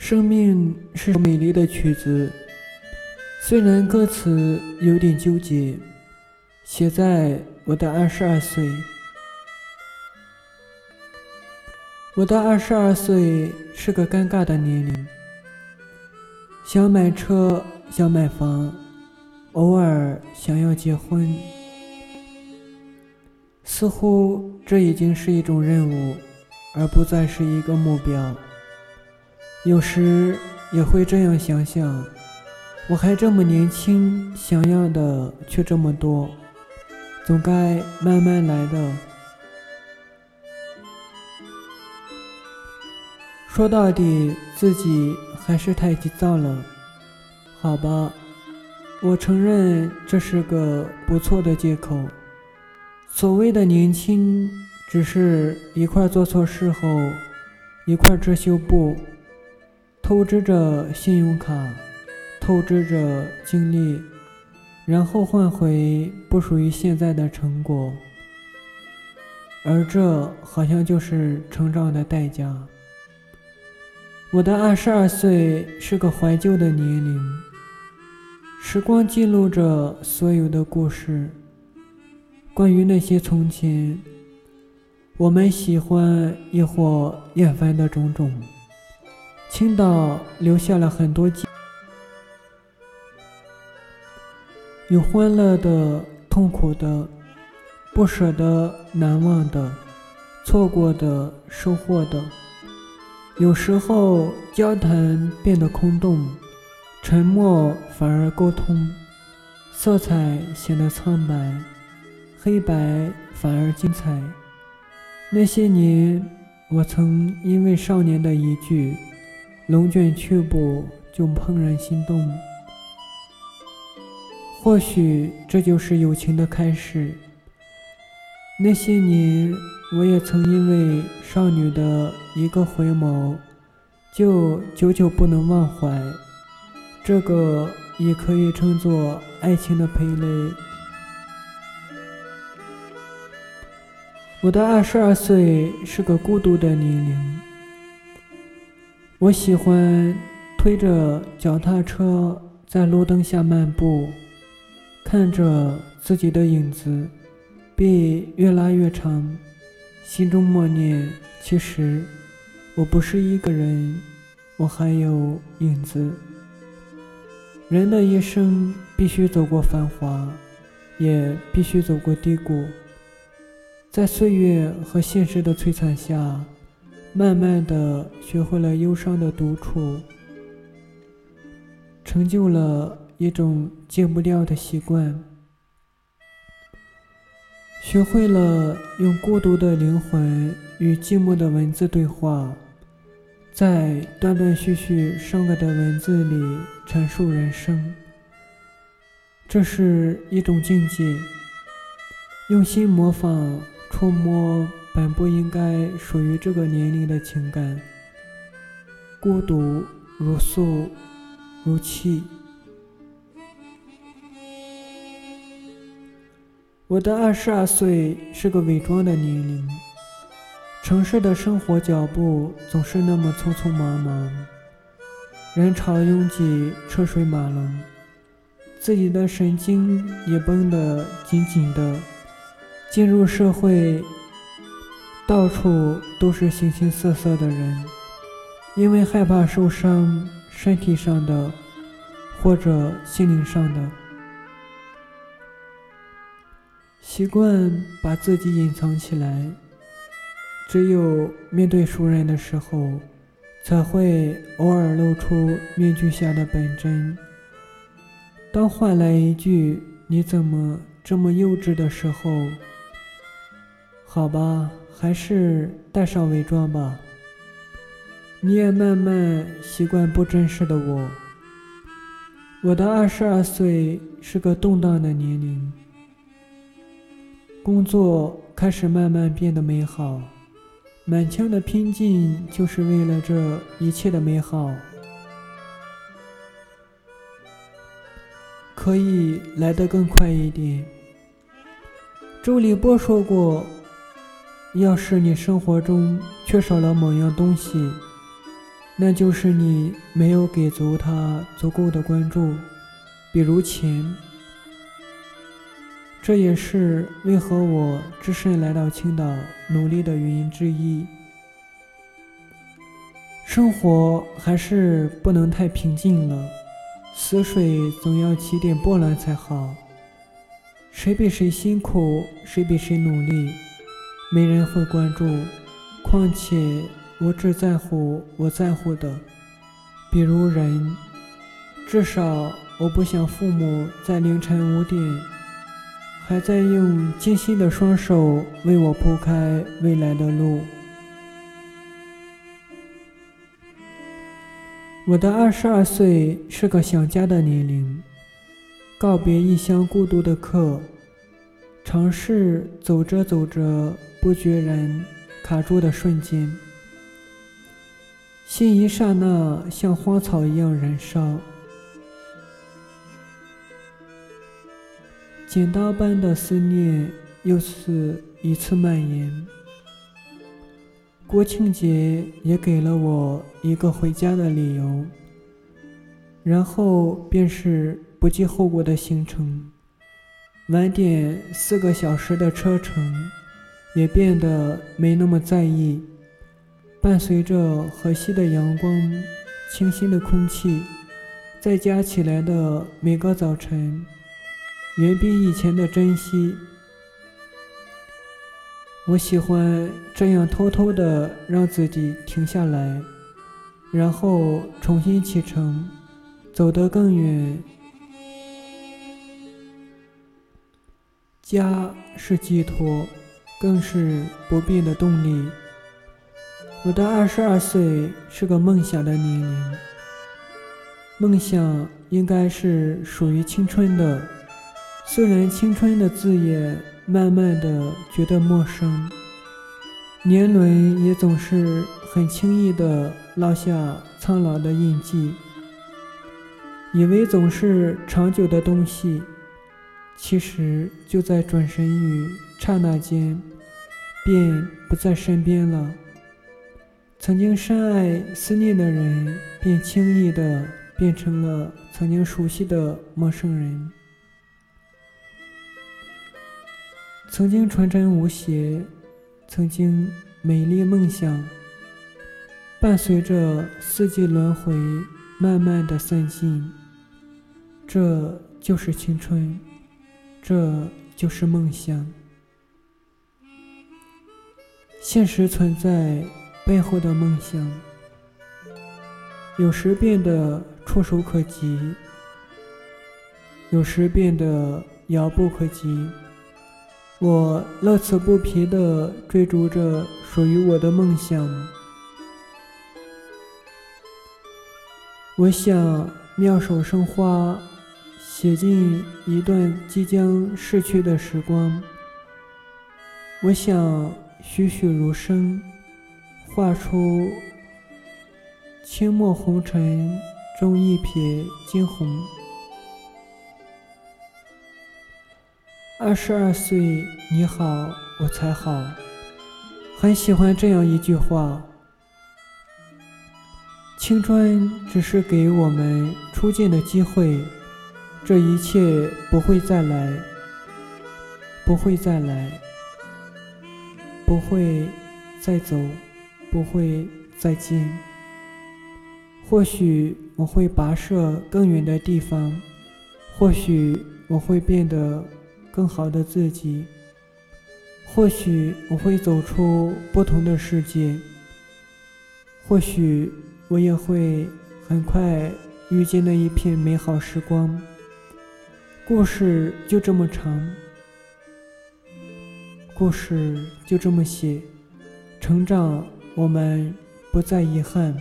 生命是首美丽的曲子，虽然歌词有点纠结，写在我的22岁。我的22岁是个尴尬的年龄，想买车，想买房，偶尔想要结婚，似乎这已经是一种任务，而不再是一个目标。有时也会这样想想，我还这么年轻，想要的却这么多，总该慢慢来的。说到底，自己还是太急躁了。好吧，我承认这是个不错的借口。所谓的年轻，只是一块做错事后，一块遮羞布，透支着信用卡，透支着精力，然后换回不属于现在的成果。而这好像就是成长的代价。我的22岁是个怀旧的年龄，时光记录着所有的故事，关于那些从前，我们喜欢亦或厌烦的种种。青岛留下了很多记忆，有欢乐的，痛苦的，不舍的，难忘的，错过的，收获的。有时候交谈变得空洞，沉默反而沟通，色彩显得苍白，黑白反而精彩。那些年，我曾因为少年的一句龙卷去步就怦然心动。或许这就是友情的开始。那些年，我也曾因为少女的一个回眸，就久久不能忘怀。这个也可以称作爱情的蓓蕾。我的22岁是个孤独的年龄，我喜欢推着脚踏车在路灯下漫步，看着自己的影子被越拉越长，心中默念，其实我不是一个人，我还有影子。人的一生必须走过繁华，也必须走过低谷，在岁月和现实的摧残下，慢慢地学会了忧伤的独处，成就了一种戒不掉的习惯，学会了用孤独的灵魂与寂寞的文字对话，在断断续续上个的文字里阐述人生。这是一种境界，用心模仿触摸本不应该属于这个年龄的情感，孤独如素如气。我的22岁是个伪装的年龄，城市的生活脚步总是那么匆匆忙忙，人潮拥挤，车水马龙，自己的神经也绷得紧紧的。进入社会，到处都是形形色色的人，因为害怕受伤，身体上的或者心灵上的，习惯把自己隐藏起来，只有面对熟人的时候，才会偶尔露出面具下的本真。当换来一句你怎么这么幼稚的时候，好吧，还是带上伪装吧。你也慢慢习惯不真实的我。我的22岁是个动荡的年龄，工作开始慢慢变得美好，满腔的拼劲就是为了这一切的美好，可以来得更快一点。周立波说过，要是你生活中缺少了某样东西， 那就是你没有给足他足够的关注，比如钱。这也是为何我只身来到青岛努力的原因之一。生活还是不能太平静了，死水总要起点波澜才好。谁比谁辛苦，谁比谁努力，没人会关注。况且我只在乎我在乎的，比如人。至少我不想父母在凌晨5点还在用精心的双手为我铺开未来的路。我的22岁是个想家的年龄，告别异乡孤独的客，尝试走着走着不觉然卡住的瞬间，心一刹那像荒草一样燃烧，剪刀般的思念又是一次蔓延。国庆节也给了我一个回家的理由，然后便是不计后果的行程，晚点4个小时的车程也变得没那么在意。伴随着和煦的阳光、清新的空气，再加起来的每个早晨远比以前的珍惜。我喜欢这样偷偷的让自己停下来，然后重新启程，走得更远。家是寄托，更是不变的动力。我的22岁是个梦想的年龄，梦想应该是属于青春的，虽然青春的字眼慢慢的觉得陌生，年轮也总是很轻易的烙下苍老的印记，以为总是长久的东西，其实就在转身与刹那间便不在身边了。曾经深爱思念的人，便轻易的变成了曾经熟悉的陌生人。曾经纯真无邪，曾经美丽梦想，伴随着四季轮回慢慢的散尽。这就是青春，这就是梦想。现实存在背后的梦想，有时变得触手可及，有时变得遥不可及。我乐此不疲地追逐着属于我的梦想。我想妙手生花，写进一段即将逝去的时光。我想栩栩如生，画出清墨红尘中一瞥惊鸿。22岁你好，我才好，很喜欢这样一句话。青春只是给我们初见的机会，这一切不会再来，不会再来，不会再走，不会再见。或许我会跋涉更远的地方，或许我会变得更好的自己，或许我会走出不同的世界，或许我也会很快遇见那一片美好时光。故事就这么长，故事就这么写，成长我们不再遗憾。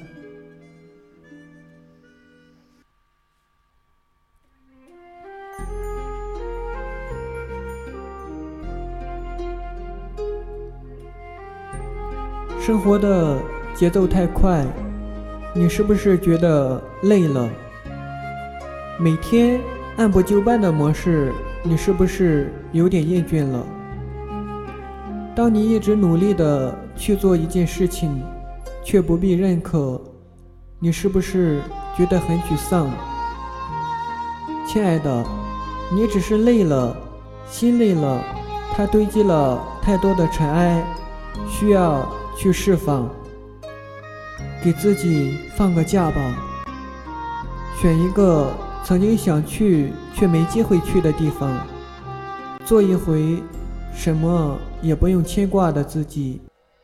生活的节奏太快，你是不是觉得累了？每天按部就班的模式，你是不是有点厌倦了？当你一直努力的去做一件事情，却不必认可， 你是不是觉得很沮丧？亲爱的，你只是累了，心累了，它堆积了太多的尘埃，需要去释放。给自己放个假吧，选一个曾经想去却没机会去的地方，做一回什么也不用牵挂的自己。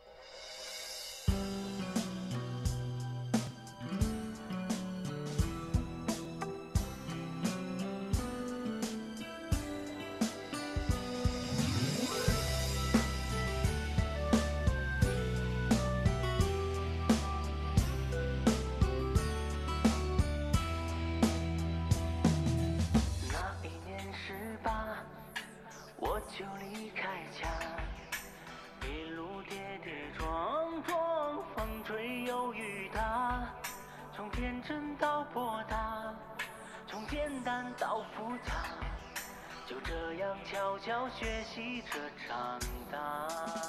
我就离开家，一路跌跌撞撞，风吹又雨打，从天真到博大，从简单到复杂，就这样悄悄学习着长大。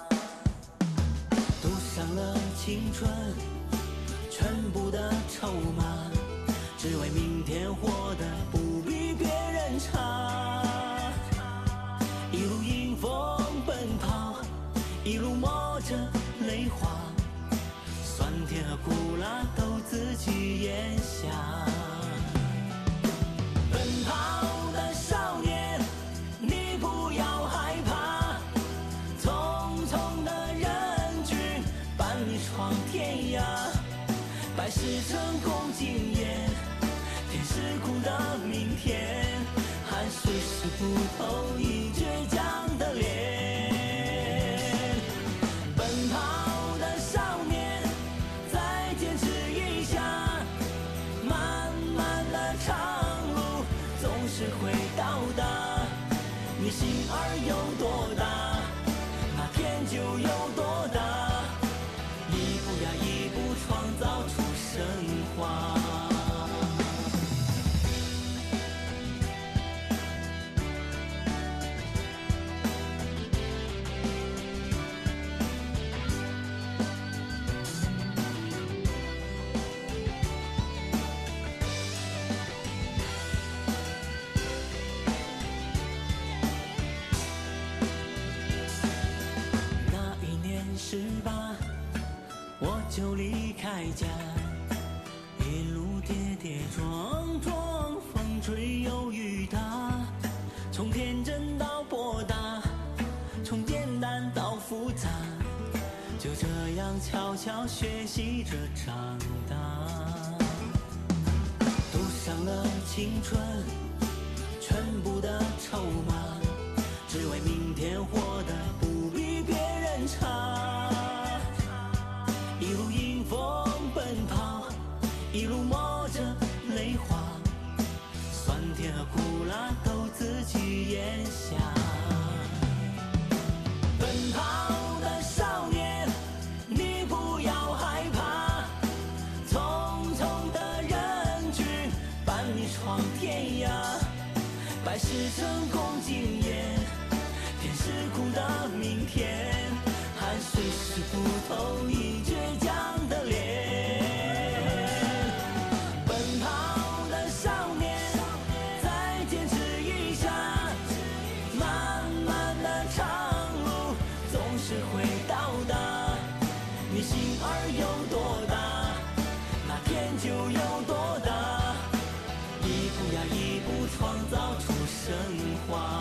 赌上了青春，全部的筹码，只为明天活得不比别人差。一路迎风奔跑，一路抹着泪花，酸甜和苦辣都自己咽下。奔跑的少年，你不要害怕，匆匆的人群伴你闯天涯。百事成功经验，甜是苦的明天，汗水是不透一倔强的脸。奔跑的少年，再坚持一下，漫漫的长路总是会到达。你心儿有多大，那天就有多大，一步呀一步创造出神话。18，我就离开家，一路跌跌撞撞，风吹又雨打，从天真到博大，从简单到复杂，就这样悄悄学习着长大。赌上了青春，全部的筹码，只为明天活得不比别人差。一路迎风奔跑，一路抹着泪花，酸甜和苦辣都自己咽下。奔跑的少年，你不要害怕，匆匆的人群伴你闯天涯。百事成功经验，甜是苦的明天，汗水是不透一倔强的脸。奔跑的少年，再坚持一下，漫漫的长路总是会到达。你心儿有多大，那天就有多大，一步呀一步创造出神话。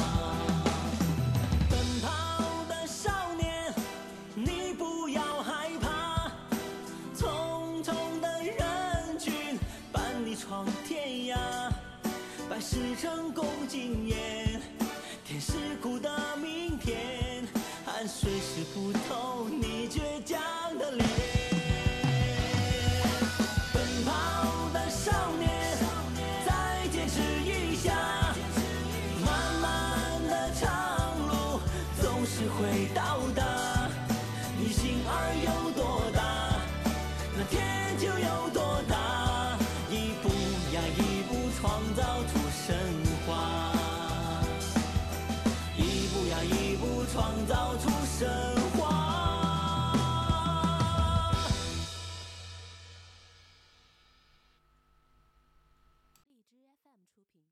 闯天涯，百事成功经验，甜是苦的明天，汗水是不透你倔强的脸。奔跑的少年，再坚持一下， 出品。